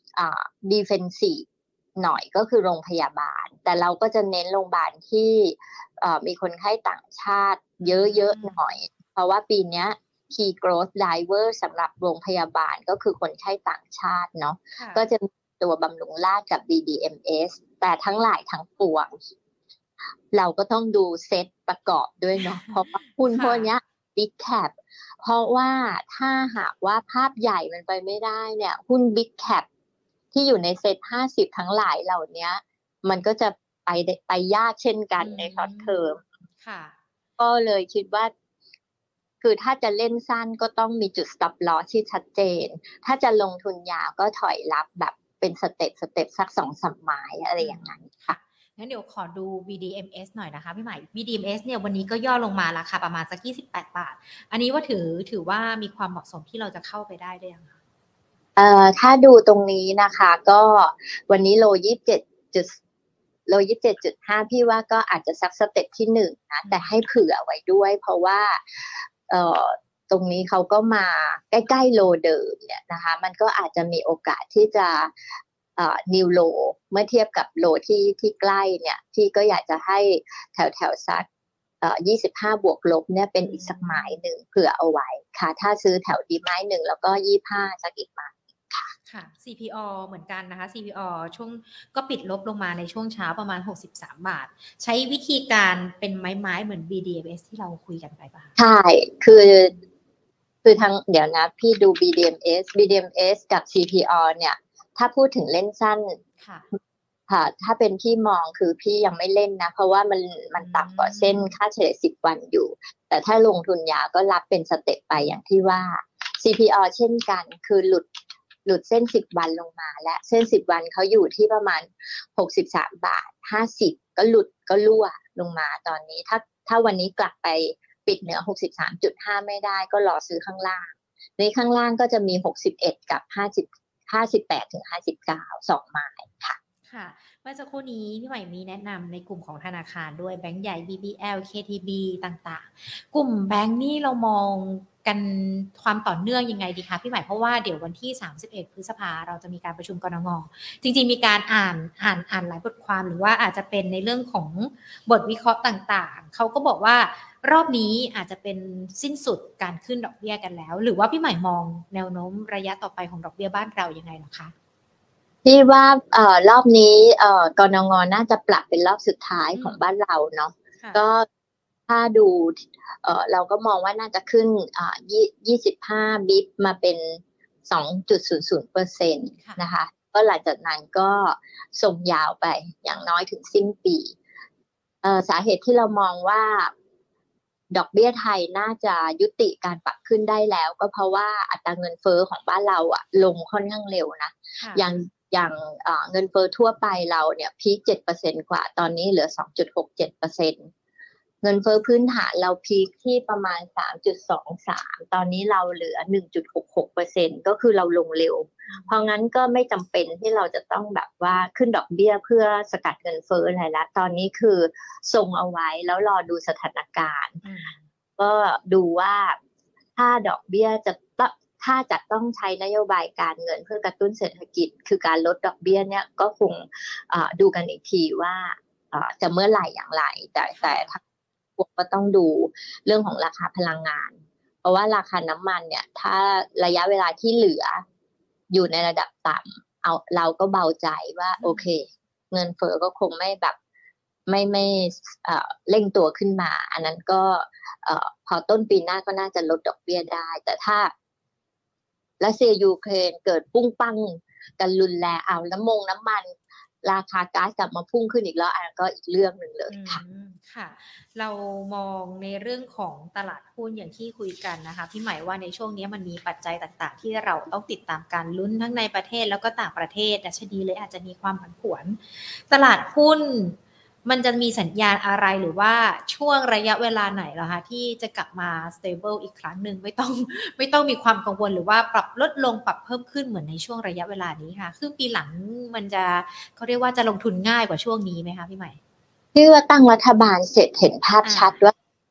defensive หน่อยก็คือโรงพยาบาลแต่เราก็จะเน้นโรงพยาบาลที่มีคนไข้ต่างชาติเยอะๆหน่อยเพราะว่าปีนี้ key growth driver สำหรับโรงพยาบาลก็คือคนไข้ต่างชาติเนาะก็จะมีตัวบำรุงราษฎร์กับ บี ดี เอ็ม เอส แต่ทั้งหลายทั้งปวงเราก็ต้องดูเซตประกอบด้วยเนาะเพราะว่าหุ้นพวกนี้ big cap เพราะว่าถ้าหากว่าภาพใหญ่มันไปไม่ได้เนี่ยหุ้น big cap ที่อยู่ในเซตห้าสิบทั้งหลายเหล่านี้มันก็จะไปไปยากเช่นกันใน short term ค่ะก็เลยคิดว่าคือถ้าจะเล่นสั้นก็ต้องมีจุด stop loss ที่ชัดเจนถ้าจะลงทุนยาวก็ถอยรับแบบเป็นสเต็ปสเต็ปสัก สองสาม ไม้อะไรอย่างนั้นค่ะงั้นเดี๋ยวขอดู บี ดี เอ็ม เอส หน่อยนะคะพี่ใหม่ บี ดี เอ็ม เอส เนี่ยวันนี้ก็ย่อลงมาราคาประมาณสักยี่สิบแปดบาทอันนี้ว่าถือถือว่ามีความเหมาะสมที่เราจะเข้าไปได้หรือยังคะเอ่อถ้าดูตรงนี้นะคะก็วันนี้โลยี่สิบเจ็ดจุดโล ยี่สิบเจ็ดจุดห้า พี่ว่าก็อาจจะสักสเต็ปที่หนึ่งนะแต่ให้เผื่อไว้ด้วยเพราะว่าเอ่อตรงนี้เขาก็มาใกล้ๆโลเดิมเนี่ยนะคะมันก็อาจจะมีโอกาสที่จะเอ่อนิวโลเมื่อเทียบกับโลที่ที่ใกล้เนี่ยพี่ก็อยากจะให้แถวๆสักเอ่อยี่สิบห้าบวกลบเนี่ยเป็นอีกสักไม้หนึ่งเผื่อเอาไว้ค่ะถ้าซื้อแถวดีไม้หนึ่งแล้วก็ยี่สิบห้าสักอีกไม้ค่ะ ซี พี อ เหมือนกันนะคะ ซี พี อ ช่วงก็ปิดลบลงมาในช่วงเช้าประมาณหกสิบสามบาทใช้วิธีการเป็นไม้ๆเหมือน บี ดี เอ็ม เอส ที่เราคุยกันไปป่ะใช่คือคือทั้งเดี๋ยวนะพี่ดู บี ดี เอ็ม เอส บี ดี เอ็ม เอส กับ ซี พี อ เนี่ยถ้าพูดถึงเล่นสั้นค่ะค่ะถ้าเป็นพี่มองคือพี่ยังไม่เล่นนะเพราะว่ามันมันต่ำกว่าเส้นค่าเฉลี่ยสิบวันอยู่แต่ถ้าลงทุนยาวก็รับเป็นสเต็ปไปอย่างที่ว่า ซี พี อ เช่นกันคือหลุดหลุดเส้นสิบวันลงมาและเส้นสิบวันเขาอยู่ที่ประมาณหกสิบสามบาทห้าสิบก็หลุดก็รั่วลงมาตอนนี้ถ้าถ้าวันนี้กลับไปปิดเหนือ หกสิบสามจุดห้า ไม่ได้ก็รอซื้อข้างล่างในข้างล่างก็จะมีหกสิบเอ็ดกับห้าสิบ ห้าสิบแปดถึงห้าสิบเก้าสองไม้ค่ะค่ะเมื่อสักครู่นี้พี่ใหม่มีแนะนำในกลุ่มของธนาคารด้วยแบงก์ใหญ่ บี บี แอล เค ที บี ต่างๆกลุ่มแบงก์นี่เรามองกันความต่อเนื่องยังไงดีคะพี่ใหม่เพราะว่าเดี๋ยววันที่สามสิบเอ็ดพฤษภาเราจะมีการประชุมกนง.จริงๆมีการอ่านอ่านอ่านหลายบทความหรือว่าอาจจะเป็นในเรื่องของบทวิเคราะห์ต่างๆเขาก็บอกว่ารอบนี้อาจจะเป็นสิ้นสุดการขึ้นดอกเบี้ยกันแล้วหรือว่าพี่ใหม่มองแนวโน้มระยะต่อไปของดอกเบี้ยบ้านเรายังไงหรอคะพี่ว่าเอ่อรอบนี้เอ่อกนง.น่าจะปรับเป็นรอบสุดท้ายของบ้านเราเนาะก็ถ้าดูเอ่อเราก็มองว่าน่าจะขึ้นอ่ายี่สิบห้าบิปมาเป็น สองจุดศูนย์ศูนย์เปอร์เซ็นต์ นะคะก็หลังจากนั้นก็ส่งยาวไปอย่างน้อยถึงสิ้นปีเอ่อสาเหตุที่เรามองว่าดอกเบี้ยไทยน่าจะยุติการปรับขึ้นได้แล้วก็เพราะว่าอัตราเงินเฟ้อของบ้านเราอะลงค่อนข้างเร็วนะอย่างอย่างเงินเฟ้อทั่วไปเราเนี่ยพีค เจ็ดเปอร์เซ็นต์ กว่าตอนนี้เหลือ สองจุดหกเจ็ดเปอร์เซ็นต์ เงินเฟ้อพื้นฐานเราพีคที่ประมาณ สามจุดสองสาม ตอนนี้เราเหลือ หนึ่งจุดหกหกเปอร์เซ็นต์ ก็คือเราลงเร็วเพราะงั้นก็ไม่จำเป็นที่เราจะต้องแบบว่าขึ้นดอกเบี้ยเพื่อสกัดเงินเฟ้ออะไรละตอนนี้คือทรงเอาไว้แล้วรอดูสถานการณ์ก็ดูว่าถ้าดอกเบี้ยจะถ้าจะต้องใช้นโยบายการเงินเพื่อกระตุ้นเศรษฐกิจคือการลดดอกเบี้ยเนี่ยก็คงดูกันอีกทีว่าจะเมื่อไหร่อย่างไรแต่แต่ก็ต้องดูเรื่องของราคาพลังงานเพราะว่าราคาน้ำมันเนี่ยถ้าระยะเวลาที่เหลืออยู่ในระดับต่ำเอาเราก็เบาใจว่าโอเคเงินเฟ้อก็คงไม่แบบไม่ไม่เอ่อเร่งตัวขึ้นมาอันนั้นก็เอ่อพอต้นปีหน้าก็น่าจะลดดอกเบี้ยได้แต่ถ้ารัสเซียยูเครนเกิดปุ้งปั้งกันรุนแรงเอาน้ำมงน้ำมันราคาก๊าซกลับมาพุ่งขึ้นอีกแล้วอันนั้นก็อีกเรื่องหนึ่งเลยค่ะค่ะเรามองในเรื่องของตลาดหุ้นอย่างที่คุยกันนะคะพี่หมายว่าในช่วงนี้มันมีปัจจัยต่างๆที่เราต้องติดตามการลุ้นทั้งในประเทศแล้วก็ต่างประเทศดัชนีเลยอาจจะมีความผันผวนตลาดหุ้นมันจะมีสัญญาณอะไรหรือว่าช่วงระยะเวลาไหนเหรอคะที่จะกลับมา stable อีกครั้งหนึ่งไม่ต้องไม่ต้องมีความกังวลหรือว่าปรับลดลงปรับเพิ่มขึ้นเหมือนในช่วงระยะเวลานี้ค่ะครึ่งปีหลังมันจะเขาเรียกว่าจะลงทุนง่ายกว่าช่วงนี้ไหมคะพี่ใหม่ที่ว่าตั้งรัฐบาลเสร็จเห็นภาพชัดว่า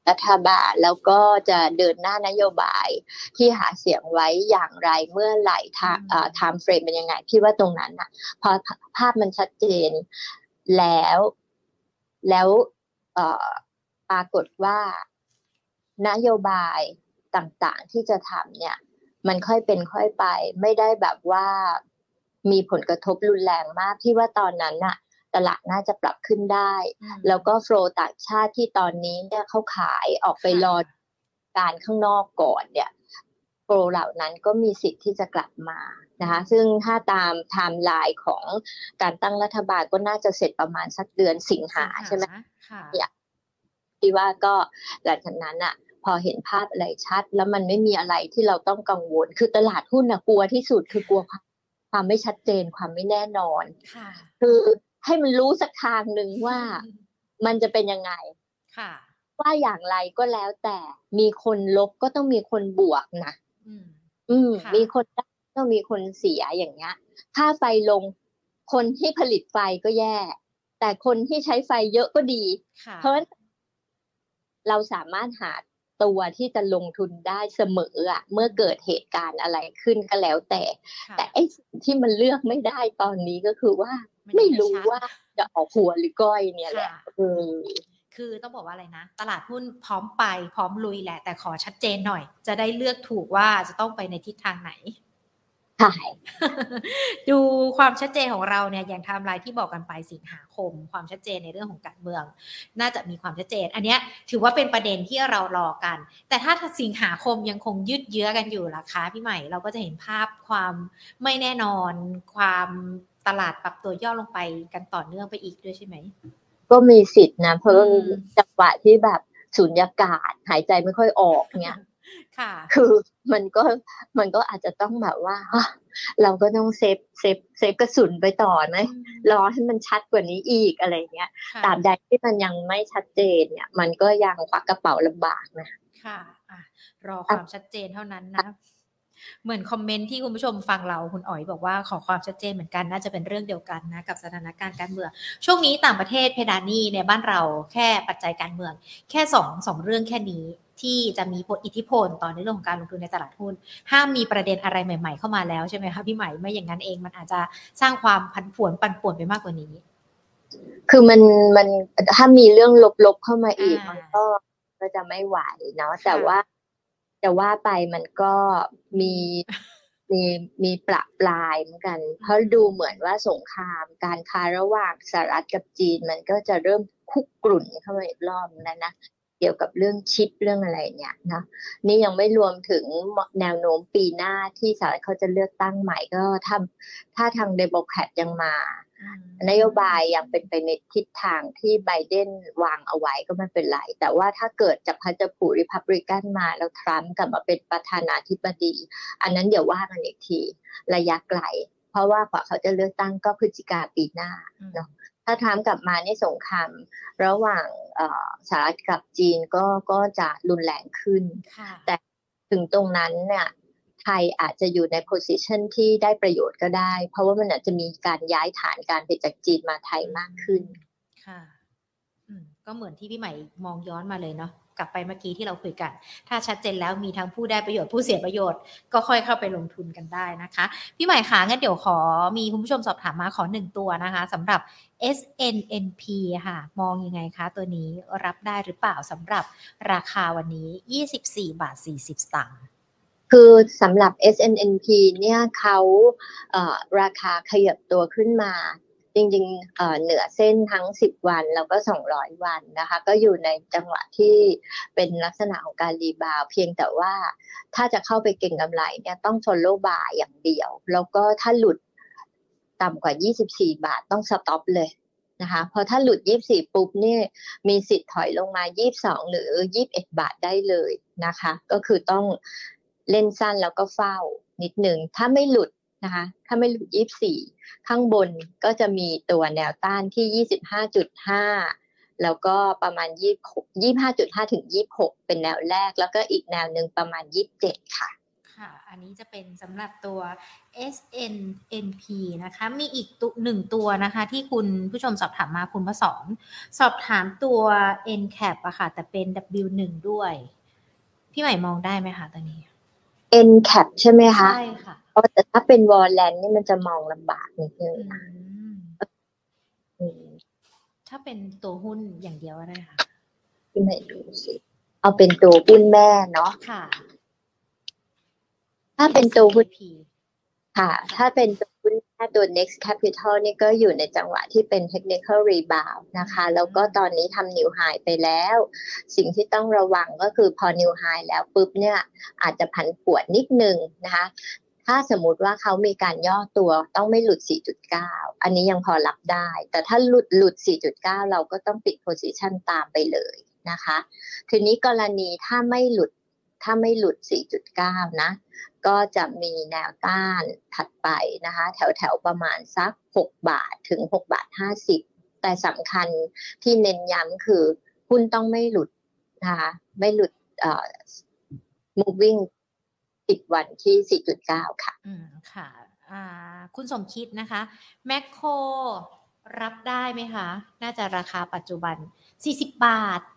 รัฐบาลแล้วก็จะเดินหน้านโยบายที่หาเสียงไว้อย่างไรเมื่อไหร่ไทม์เฟรมเป็นยังไงพี่ว่าตรงนั้นน่ะพอภาพมันชัดเจนแล้วแล้วปรากฏว่านโยบายต่างๆที่จะทำเนี่ยมันค่อยเป็นค่อยไปไม่ได้แบบว่ามีผลกระทบรุนแรงมากพี่ว่าตอนนั้นน่ะตลาดน่าจะปรับขึ้นได้แล้วก็โฟลว์ต่างชาติที่ตอนนี้เนี่ยเขาขายออกไปรอการข้างนอกก่อนเนี่ยโฟลว์เหล่านั้นก็มีสิทธิ์ที่จะกลับมานะคะซึ่งถ้าตามไทม์ไลน์ของการตั้งรัฐบาลก็น่าจะเสร็จประมาณสักเดือนสิงหาใช่ไหมค่ะที่ว่าก็หลังจากนั้นอ่ะพอเห็นภาพอะไรชัดแล้วมันไม่มีอะไรที่เราต้องกังวลคือตลาดหุ้นน่ะกลัวที่สุดคือกลัวความไม่ชัดเจนความไม่แน่นอนคือให้มันรู้สักทางหนึ่งว่ามันจะเป็นยังไงว่าอย่างไรก็แล้วแต่มีคนลบก็ต้องมีคนบวกนะอืมมีคนได้ต้องมีคนเสียอย่างเงี้ยค่าไฟลงคนที่ผลิตไฟก็แย่แต่คนที่ใช้ไฟเยอะก็ดีเพราะฉะนั้นเราสามารถหาตัวที่จะลงทุนได้เสมออ่ะเมื่อเกิดเหตุการณ์อะไรขึ้นก็แล้วแต่แต่ไอ้สิ่งที่มันเลือกไม่ได้ตอนนี้ก็คือว่าไม่รู้ว่าจะออกหัวหรือก้อยเนี่ยแหละเออคือต้องบอกว่าอะไรนะตลาดหุ้นพร้อมไปพร้อมลุยแหละแต่ขอชัดเจนหน่อยจะได้เลือกถูกว่าจะต้องไปในทิศทางไหนใช่ดูความชัดเจนของเราเนี่ยอย่างไทม์ไลน์ที่บอกกันไปสิงหาคมความชัดเจนในเรื่องของการเมืองน่าจะมีความชัดเจนอันนี้ถือว่าเป็นประเด็นที่เรารอกันแต่ถ้าสิงหาคมยังคงยืดเยื้อกันอยู่ล่ะคะพี่ใหม่เราก็จะเห็นภาพความไม่แน่นอนความตลาดปรับตัวย่อลงไปกันต่อเนื่องไปอีกด้วยใช่ไหมก็มีสิทธินะเพราะมีจังหวะที่แบบสูญญากาศหายใจไม่ค่อยออกเนี่ยคือมันก็มันก็อาจจะต้องแบบว่าเราก็ต้องเซฟเซฟเซฟกระสุนไปต่อไหมรอให้มันชัดกว่านี้อีกอะไรเงี้ยตราบใดที่มันยังไม่ชัดเจนเนี่ยมันก็ยังควักกระเป๋าลำบากนะค่ะอ่ะรอความชัดเจนเท่านั้นนะเหมือนคอมเมนต์ที่คุณผู้ชมฟังเราคุณอ๋อยบอกว่าขอความชัดเจนเหมือนกันน่าจะเป็นเรื่องเดียวกันนะกับสถานการณ์การเมืองช่วงนี้ต่างประเทศเพดานนี่ในบ้านเราแค่ปัจจัยการเมืองแค่สองสองเรื่องแค่นี้ที่จะมีผลอิทธิพลต่อในเรื่องของการลงทุนในตลาดหุ้นห้ามมีประเด็นอะไรใหม่ๆเข้ามาแล้วใช่ไหมคะพี่ใหม่ไม่อย่างนั้นเองมันอาจจะสร้างความผันผวนปั่นป่วนไปมากกว่านี้คือมันมันถ้ามีเรื่องลบๆเข้ามาอีกมันก็ก็จะไม่ไหวเนาะแต่ว่าจะว่าไปมันก็มีมีมีประปรายเหมือนกันเพราะดูเหมือนว่าสงครามการค้าระหว่างสหรัฐกับจีนมันก็จะเริ่มคุกกรุ่นเข้ามาอีกรอบแล้วนะเกี่ยวกับเรื่องชิปเรื่องอะไรเนี่ยนะนี่ยังไม่รวมถึงแนวโน้มปีหน้าที่สหรัฐเขาจะเลือกตั้งใหม่ก็ถ้าถ้าทางเดโมแครตยังมานโยบายยังเป็นไปในทิศทางที่ไบเดนวางเอาไว้ก็ไม่เป็นไรแต่ว่าถ้าเกิดจากพันธผูริพับริกันมาแล้วทรัมป์กลับมาเป็นประธานาธิบดีอันนั้นเดี๋ยวว่ากันอีกทีระยะไกลเพราะว่ากว่าเขาจะเลือกตั้งก็พฤศจิกาปีหน้าเนาะถ้าทรัมป์กลับมาในสงครามระหว่างสหรัฐกับจีนก็ก็จะรุนแรงขึ้นแต่ถึงตรงนั้นเนี่ยไทยอาจจะอยู่ในโพสิชันที่ได้ประโยชน์ก็ได้เพราะว่ามันอาจจะมีการย้ายฐานการผลิตจากจีนมาไทยมากขึ้นค่ะก็เหมือนที่พี่ใหม่มองย้อนมาเลยเนาะกลับไปเมื่อกี้ที่เราคุยกันถ้าชัดเจนแล้วมีทั้งผู้ได้ประโยชน์ผู้เสียประโยชน์ก็ค่อยเข้าไปลงทุนกันได้นะคะพี่ใหม่คะงั้นเดี๋ยวขอมีคุณผู้ชมสอบถามมาขอหนึ่งตัวนะคะสำหรับ เอส เอ็น เอ็น พี ค่ะมองยังไงคะตัวนี้รับได้หรือเปล่าสำหรับราคาวันนี้ยี่สิบสี่บาทสี่สิบสตางค์คือสำหรับ เอส เอ็น เอ็น พี เนี่ยเขาเอ่อราคาขยับตัวขึ้นมาจริงๆเอ่อเหนือเส้นทั้งสิบวันแล้วก็สองร้อยวันนะคะก็อยู่ในจังหวะที่เป็นลักษณะของการรีบาวเพียงแต่ว่าถ้าจะเข้าไปเก็งกำไรเนี่ยต้อง follow buy อย่างเดียวแล้วก็ถ้าหลุดต่ำกว่ายี่สิบสี่บาทต้อง stop เลยนะคะพอถ้าหลุดยี่สิบสี่ปุ๊บเนี่ยมีสิทธิ์ถอยลงมายี่สิบสองหรือยี่สิบเอ็ดบาทได้เลยนะคะก็คือต้องเล่นสั้นแล้วก็เฝ้านิดนึงถ้าไม่หลุดนะคะถ้าไม่หลุดยี่สิบสี่ข้างบนก็จะมีตัวแนวต้านที่ ยี่สิบห้าจุดห้า แล้วก็ประมาณยี่สิบหก ยี่สิบห้าจุดห้า ถึงยี่สิบหกเป็นแนวแรกแล้วก็อีกแนวนึงประมาณยี่สิบเจ็ดค่ะค่ะอันนี้จะเป็นสำหรับตัว เอส เอ็น เอ็น พี นะคะมีอีกตัวหนึ่งตัวนะคะที่คุณผู้ชมสอบถามมาคุณพศรสอบถามตัว เอ็น แคป อะค่ะแต่เป็น ดับเบิลยู หนึ่ง ด้วยพี่ใหม่มองได้ไหมคะตอนนี้เอ็น แคป ใช่ไหมคะใช่ค่ะแต่ถ้าเป็น Warland นี่มันจะมองลำบากนิดนึงนะถ้าเป็นตัวหุ้นอย่างเดียวก็ได้ค่ะพี่ใหม่ดูสิเอาเป็นตัวหุ้นแม่เนาะค่ะถ้าเป็นตัวหุ้นค่ะ ถ้าเป็นตัวหุ้นแม่ตัว Next Capital นี่ก็อยู่ในจังหวะที่เป็น Technical Rebound นะคะ แล้วก็ตอนนี้ทำ New High ไปแล้ว สิ่งที่ต้องระวังก็คือพอ New High แล้วปุ๊บเนี่ยอาจจะผันผวนนิดนึงนะคะถ้าสมมุติว่าเขามีการย่อตัวต้องไม่หลุด สี่จุดเก้า อันนี้ยังพอรับได้ แต่ถ้าหลุดหลุด สี่จุดเก้า เราก็ต้องปิด position ตามไปเลยนะคะทีนี้กรณีถ้าไม่หลุดถ้าไม่หลุด สี่จุดเก้า นะก็จะมีแนวต้านถัดไปนะคะแถวๆประมาณสักหกบาทถึงหกบาทห้าสิบแต่สำคัญที่เน้นย้ำคือหุ้นต้องไม่หลุดนะคะไม่หลุดเอ่อ moving สิบวันที่ สี่จุดเก้า ค่ะอืมค่ะอ่าคุณสมคิดนะคะแมคโครรับได้ไหมคะน่าจะราคาปัจจุบันสี่สิบบาท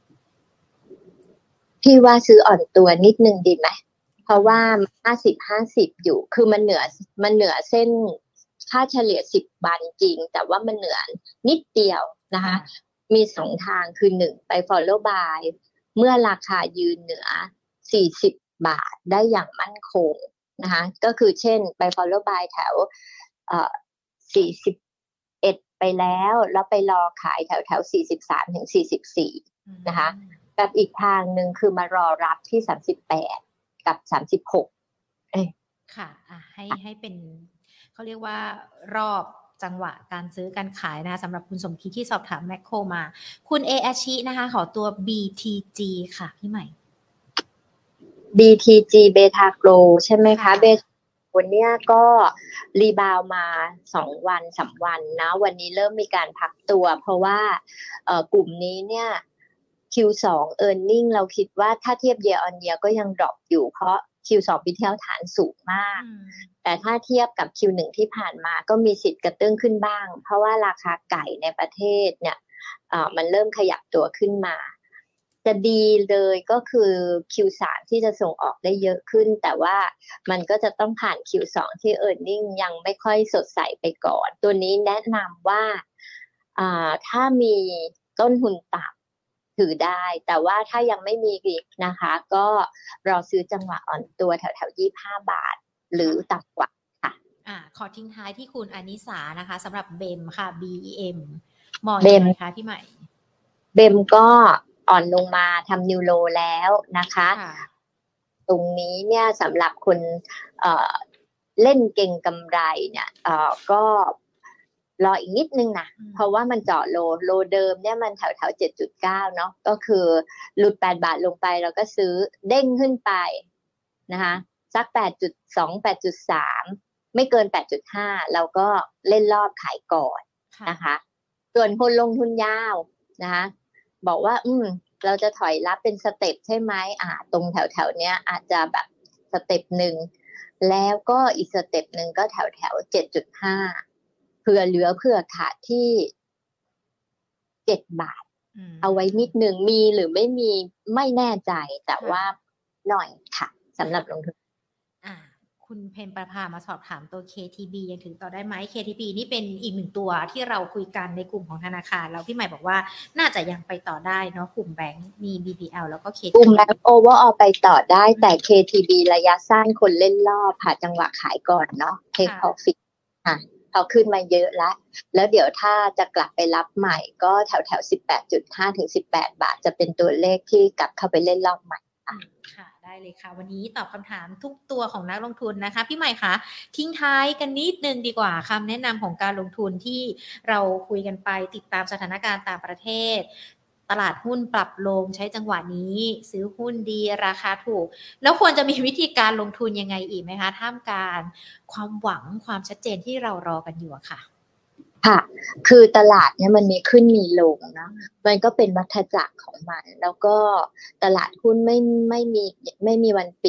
พี่ว่าซื้ออ่อนตัวนิดนึงดีไหมเพราะว่าห้าสิบ ห้าสิบอยู่คือมันเหนือมันเหนือเส้นค่าเฉลี่ยสิบวันจริงแต่ว่ามันเหนือนิดเดียวนะคะมีสองทางคือหนึ่งไป follow buy เมื่อราคายืนเหนือสี่สิบบาทได้อย่างมั่นคงนะคะก็คือเช่นไป follow buy แถวเอ่อสี่สิบเอ็ดไปแล้วแล้วไปรอขายแถวแถวสี่สิบสามถึงสี่สิบสี่นะคะกับอีกทางหนึ่งคือมารอรับที่สามสิบแปดกับสามสิบหกเอ้ยค่ะอ่ะให้ให้เป็นเขาเรียกว่ารอบจังหวะการซื้อการขายนะคะสำหรับคุณสมคิดที่สอบถามแมคโครมาคุณเออาชินะคะขอตัว บี ที จี ค่ะพี่ใหม่บี ที จี Beta Grow ใช่ไหมคะ Beta Grow เนี่ยก็รีบาวมาสองวันสามวันนะวันนี้เริ่มมีการพักตัวเพราะว่าเอ่อกลุ่มนี้เนี่ย คิว สอง earning เราคิดว่าถ้าเทียบ year on year ก็ยังดรอปอยู่เพราะ คิว สองปีที่แล้วฐานสูงมากแต่ถ้าเทียบกับ คิว หนึ่ง ที่ผ่านมาก็มีสิทธิ์กระเตื้องขึ้นบ้างเพราะว่าราคาไก่ในประเทศเนี่ยเอ่อมันเริ่มขยับตัวขึ้นมาจะดีเลยก็คือ คิว สาม ที่จะส่งออกได้เยอะขึ้นแต่ว่ามันก็จะต้องผ่าน คิว สอง ที่ earning ยังไม่ค่อยสดใสไปก่อนตัวนี้แนะนำว่าอ่าถ้ามีต้นทุนต่ำถือได้แต่ว่าถ้ายังไม่มีอีกนะคะก็รอซื้อจังหวะอ่อนตัวแถวๆยี่สิบห้าบาทหรือต่ำกว่าค่ะอ่าขอทิ้งท้ายที่คุณอนิสานะคะสำหรับเบมค่ะ บี อี เอ็ม มองยังไงคะพี่ใหม่เบมก็อ่อนลงมาทำนิวโลแล้วนะคะตรงนี้เนี่ยสำหรับคนเอ่อเล่นเก่งกำไรเนี่ยเอ่อก็รออีกนิดนึงนะเพราะว่ามันเจาะโลโลเดิมเนี่ยมันแถวแถว เจ็ดจุดเก้า เนาะก็คือหลุดแปดบาทลงไปเราก็ซื้อเด้งขึ้นไปนะคะสัก แปดจุดสอง แปดจุดสาม ไม่เกิน แปดจุดห้า เราก็เล่นรอบขายก่อนนะคะส่วนคนลงทุนยาวนะคะบอกว่าอืมเราจะถอยรับเป็นสเต็ปใช่ไหมอ่าตรงแถวแถวเนี้ยอาจจะแบบสเต็ปหนึ่งแล้วก็อีกสเต็ปหนึ่งก็แถวแถว เจ็ดจุดห้า เผื่อเหลือเผื่อขาดที่เจ็ดบาทเอาไว้นิดนึงมีหรือไม่มีไม่แน่ใจแต่ว่าหน่อยค่ะสำหรับลงทุนอ่าคุณเพนประภามาสอบถามตัว เค ที บี ยังถือต่อได้ไหม เค ที บี นี่เป็นอีกหนึ่งตัวที่เราคุยกันในกลุ่มของธนาคารแล้วพี่ใหม่บอกว่าน่าจะยังไปต่อได้เนาะกลุ่มแบงก์มี บี พี แอล แล้วก็ เค ที บีกลุ่มแบงก์โอเวอร์ออลไปต่อได้แต่ เค ที บี ระยะสั้นคนเล่นรอบหาจังหวะขายก่อนเนาะ Take Profit ค่ะเขาขึ้นมาเยอะแล้วแล้วเดี๋ยวถ้าจะกลับไปรับใหม่ก็แถวแถว สิบแปดจุดห้า ถึง สิบแปดบาทจะเป็นตัวเลขที่กลับเข้าไปเล่นรอบใหม่ค่ะได้เลยค่ะวันนี้ตอบคำถามทุกตัวของนักลงทุนนะคะพี่ใหม่คะทิ้งท้ายกันนิดนึงดีกว่าคำแนะนำของการลงทุนที่เราคุยกันไปติดตามสถานการณ์ต่างประเทศตลาดหุ้นปรับลงใช้จังหวะนี้ซื้อหุ้นดีราคาถูกแล้วควรจะมีวิธีการลงทุนยังไงอีกไหมคะท่ามกลางความหวังความชัดเจนที่เรารอกันอยู่ค่ะค่ะคือตลาดเนี่ยมันมีขึ้นมีลงนะมันก็เป็นวัฏจักรของมันแล้วก็ตลาดหุ้นไม่ไม่มีไม่มีวันปิด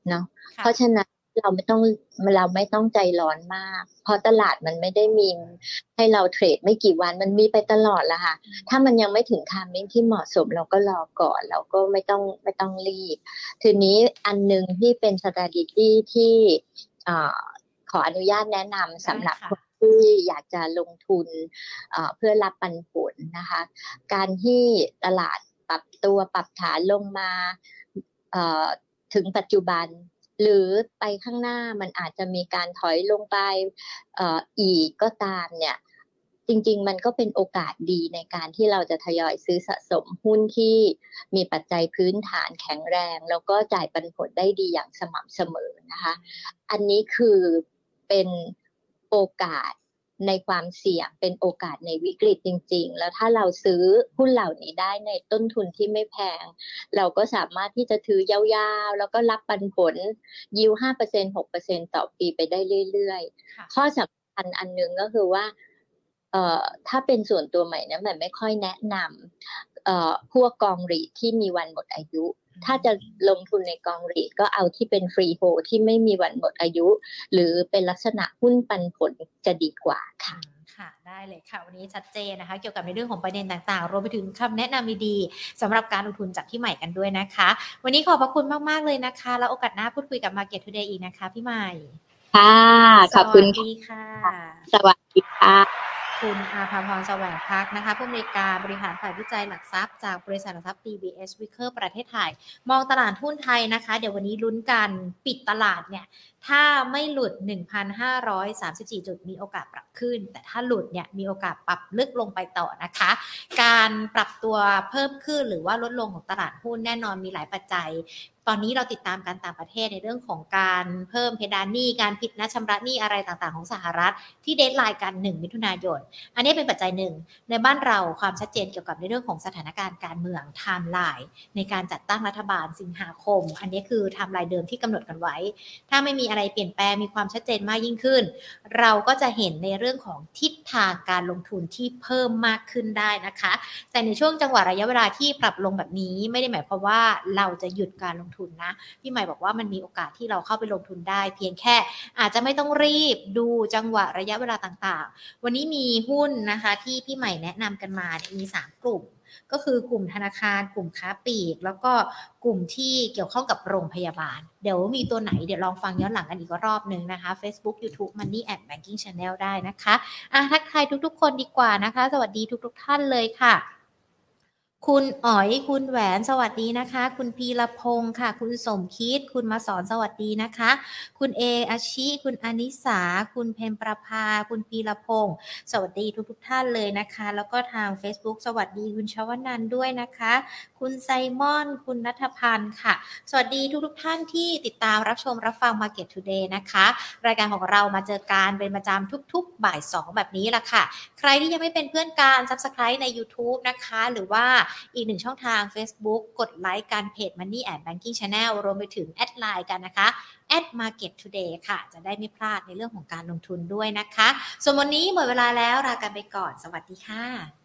เนาะเพราะฉะนั้นเราไม่ต้องเราไม่ต้องใจร้อนมากเพราะตลาดมันไม่ได้มีให้เราเทรดไม่กี่วันมันมีไปตลอดละค่ะถ้ามันยังไม่ถึงไทมิ่งที่เหมาะสมเราก็รอก่อนเราก็ไม่ต้องไม่ต้องรีบทีนี้อันนึงที่เป็น strategy ที่อ่าขออนุญาตแนะนำสำหรับคนที่อยากจะลงทุนเพื่อรับปันผลนะคะการที่ตลาดปรับตัวปรับฐานลงมาถึงปัจจุบันหรือไปข้างหน้ามันอาจจะมีการถอยลงไป อ, อีกก็ตามเนี่ยจริงๆมันก็เป็นโอกาสดีในการที่เราจะทยอยซื้อสะสมหุ้นที่มีปัจจัยพื้นฐานแข็งแรงแล้วก็จ่ายปันผลได้ดีอย่างสม่ำเสมอนะคะอันนี้คือเป็นโอกาสในความเสี่ยงเป็นโอกาสในวิกฤตจริงๆแล้วถ้าเราซื้อหุ้นเหล่านี้ได้ในต้นทุนที่ไม่แพงเราก็สามารถที่จะถือยาวๆแล้วก็รับปันผลยิว ห้าเปอร์เซ็นต์ หกเปอร์เซ็นต์ ต่อปีไปได้เรื่อยๆข้อสำคัญอันนึงก็คือว่าเอ่อถ้าเป็นส่วนตัวใหม่นะมันไม่ค่อยแนะนำเอ่อพวกกองรีทที่มีวันหมดอายุถ้าจะลงทุนในกองรีทก็เอาที่เป็นฟรีโฮลที่ไม่มีวันหมดอายุหรือเป็นลักษณะหุ้นปันผลจะดีกว่าค่ะค่ะได้เลยค่ะวันนี้ชัดเจนนะคะเกี่ยวกับในเรื่องของประเด็นต่างๆรวมไปถึงคำแนะนำดีๆสำหรับการลงทุนจากพี่ใหม่กันด้วยนะคะวันนี้ขอบพระคุณมากๆเลยนะคะแล้วโอกาสหน้าพูดคุยกับ Market Today อีกนะคะพี่ใหม่ค่ะขอบคุณค่ะสวัสดีค่ะคุณอาภาพรแสวงพักนะคะผู้อำนวยการบริหารฝ่ายวิจัยหลักทรัพย์จากบริษัทหลักทรัพย์ ดี บี เอส Vickers ประเทศไทยมองตลาดหุ้นไทยนะคะเดี๋ยววันนี้ลุ้นกันปิดตลาดเนี่ยถ้าไม่หลุด หนึ่งพันห้าร้อยสามสิบสี่ จุดมีโอกาสปรับขึ้นแต่ถ้าหลุดเนี่ยมีโอกาสปรับลึกลงไปต่อนะคะการปรับตัวเพิ่มขึ้นหรือว่าลดลงของตลาดหุ้นแน่นอนมีหลายปัจจัยตอนนี้เราติดตามการต่างประเทศในเรื่องของการเพิ่มเพดานหนี้การผิดนัดชำระหนี้อะไรต่างๆของสหรัฐที่เดดไลน์กันหนึ่งมิถุนายนอันนี้เป็นปัจจัยหนึ่งในบ้านเราความชัดเจนเกี่ยวกับในเรื่องของสถานการณ์การเมืองไทม์ไลน์ในการจัดตั้งรัฐบาลสิงหาคมอันนี้คือไทม์ไลน์เดิมที่กำหนดกันไว้ถ้าไม่มีอะไรเปลี่ยนแปลงมีความชัดเจนมากยิ่งขึ้นเราก็จะเห็นในเรื่องของทิศทางการลงทุนที่เพิ่มมากขึ้นได้นะคะแต่ในช่วงจังหวะระยะเวลาที่ปรับลงแบบนี้ไม่ได้หมายความว่าเราจะหยุดการลงทุนนะพี่ใหม่บอกว่ามันมีโอกาสที่เราเข้าไปลงทุนได้เพียงแค่อาจจะไม่ต้องรีบดูจังหวะระยะเวลาต่างๆวันนี้มีหุ้นนะคะที่พี่ใหม่แนะนำกันมามีสามกลุ่มก็คือกลุ่มธนาคารกลุ่มค้าปลีกแล้วก็กลุ่มที่เกี่ยวข้องกับโรงพยาบาลเดี๋ยวมีตัวไหนเดี๋ยวลองฟังย้อนหลังกันอีกรอบนึงนะคะ Facebook YouTube Money and Banking Channel ได้นะคะอ่ะทักทายทุกๆคนดีกว่านะคะสวัสดีทุกๆท่านเลยค่ะคุณอ๋อยคุณแหวนสวัสดีนะคะคุณพีรพงศ์ค่ะคุณสมคิดคุณมาสอนสวัสดีนะคะคุณเออาชิคุณอนิสาคุณเพมประภาคุณพีรพงศ์สวัสดีทุกๆท่านเลยนะคะแล้วก็ทาง Facebook สวัสดีคุณชวนันท์ด้วยนะคะคุณไซมอนคุณณัฐพันธ์ค่ะสวัสดีทุกๆท่านที่ติดตามรับชมรับฟัง Market Today นะคะรายการของเรามาเจอกันเป็นประจำทุกๆบ่ายสองแบบนี้แหละค่ะใครที่ยังไม่เป็นเพื่อนกัน Subscribe ใน YouTube นะคะหรือว่าอีกหนึ่งช่องทาง Facebook กดไลค์กันเพจ Money and Banking Channel รวมไปถึงแอดไลน์กันนะคะ แอท Market Today ค่ะจะได้ไม่พลาดในเรื่องของการลงทุนด้วยนะคะส่วนวันนี้หมดเวลาแล้วลากันไปก่อนสวัสดีค่ะ